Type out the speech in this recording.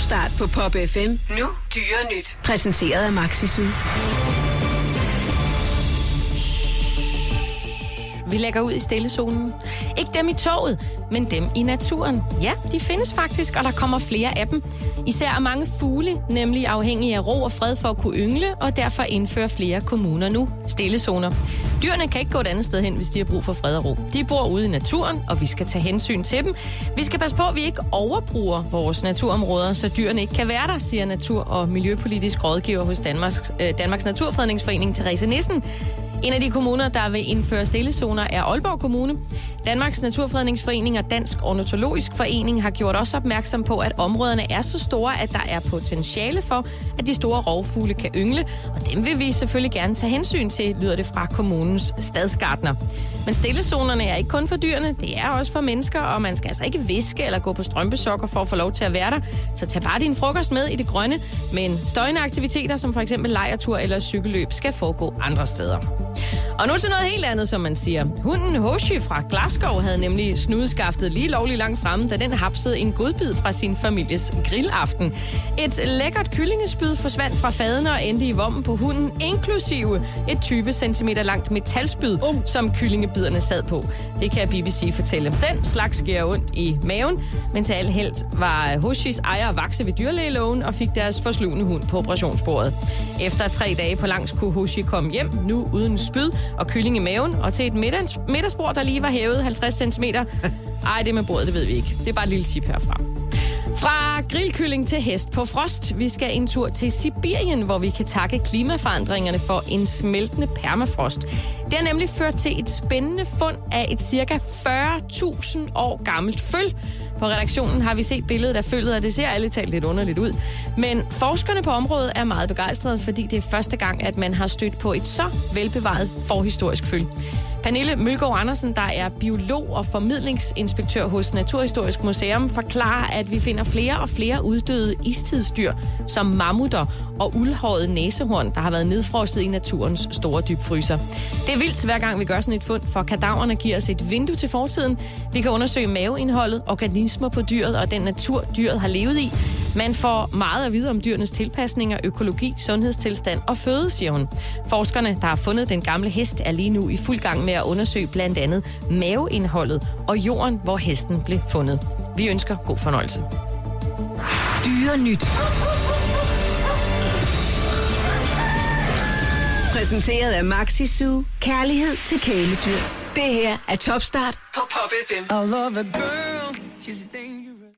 Topstart på Pop FM. Nu dyre nyt. Præsenteret af Maxi Zoo. Vi lægger ud i stillezonen. Ikke dem i toget, men dem i naturen. Ja, de findes faktisk, og der kommer flere af dem. Især er mange fugle, nemlig afhængige af ro og fred for at kunne yngle, og derfor indfører flere kommuner nu stillezoner. Dyrene kan ikke gå et andet sted hen, hvis de har brug for fred og ro. De bor ude i naturen, og vi skal tage hensyn til dem. Vi skal passe på, at vi ikke overbruger vores naturområder, så dyrene ikke kan være der, siger natur- og miljøpolitisk rådgiver hos Danmarks Naturfredningsforening, Therese Nissen. En af de kommuner, der vil indføre stillezoner, er Aalborg Kommune. Danmarks Naturfredningsforening og Dansk Ornitologisk Forening har gjort os opmærksom på, at områderne er så store, at der er potentiale for, at de store rovfugle kan yngle, og dem vil vi selvfølgelig gerne tage hensyn til, lyder det fra kommunens stadsgartner. Men stillezonerne er ikke kun for dyrene, det er også for mennesker, og man skal altså ikke viske eller gå på strømpesokker for at få lov til at være der. Så tag bare din frokost med i det grønne, men støjende aktiviteter som for eksempel lejrtur eller cykelløb skal foregå andre steder. Og nu til noget helt andet, som man siger. Hunden Hoshi fra Glasgow havde nemlig snudskaftet lige lovligt langt fremme, da den hapsede en godbid fra sin families grillaften. Et lækkert kyllingespyd forsvandt fra fadene og endte i vommen på hunden, inklusive et 20 cm langt metalspyd, som kyllingebiderne sad på. Det kan BBC fortælle. Den slags sker ondt i maven, men til alt held var Hoshis ejer vakse ved dyrlægeloven og fik deres forslugende hund på operationsbordet. Efter 3 dage på langs kunne Hoshi komme hjem, nu uden spyd og kylling i maven, og til et middagsbord, der lige var hævet 50 cm. Ej, det med bordet, det ved vi ikke. Det er bare et lille tip herfra. Fra grillkylling til hest på frost. Vi skal en tur til Sibirien, hvor vi kan takke klimaforandringerne for en smeltende permafrost. Det har nemlig ført til et spændende fund af et cirka 40.000 år gammelt føl. På redaktionen har vi set billedet af følget, og det ser ærligt talt lidt underligt ud. Men forskerne på området er meget begejstrede, fordi det er første gang, at man har stødt på et så velbevaret forhistorisk føl. Pernille Mølgaard Andersen, der er biolog og formidlingsinspektør hos Naturhistorisk Museum, forklarer, at vi finder flere og flere uddøde istidsdyr, som mammutter og uldhåret næsehorn, der har været nedfrosset i naturens store dybfryser. Det er vildt, hver gang vi gør sådan et fund, for kadaverne giver os et vindue til fortiden. Vi kan undersøge maveindholdet, organismer på dyret og den natur, dyret har levet i. Man får meget at vide om dyrenes tilpasninger, økologi, sundhedstilstand og føde, siger hun. Forskerne, der har fundet den gamle hest, er lige nu i fuld gang med at undersøge blandt andet maveindholdet og jorden, hvor hesten blev fundet. Vi ønsker god fornøjelse. Dyre nyt. Præsenteret af Maxi Zoo. Kærlighed til kæledyr. Det her er Topstart på Pop FM. I love a girl. She's a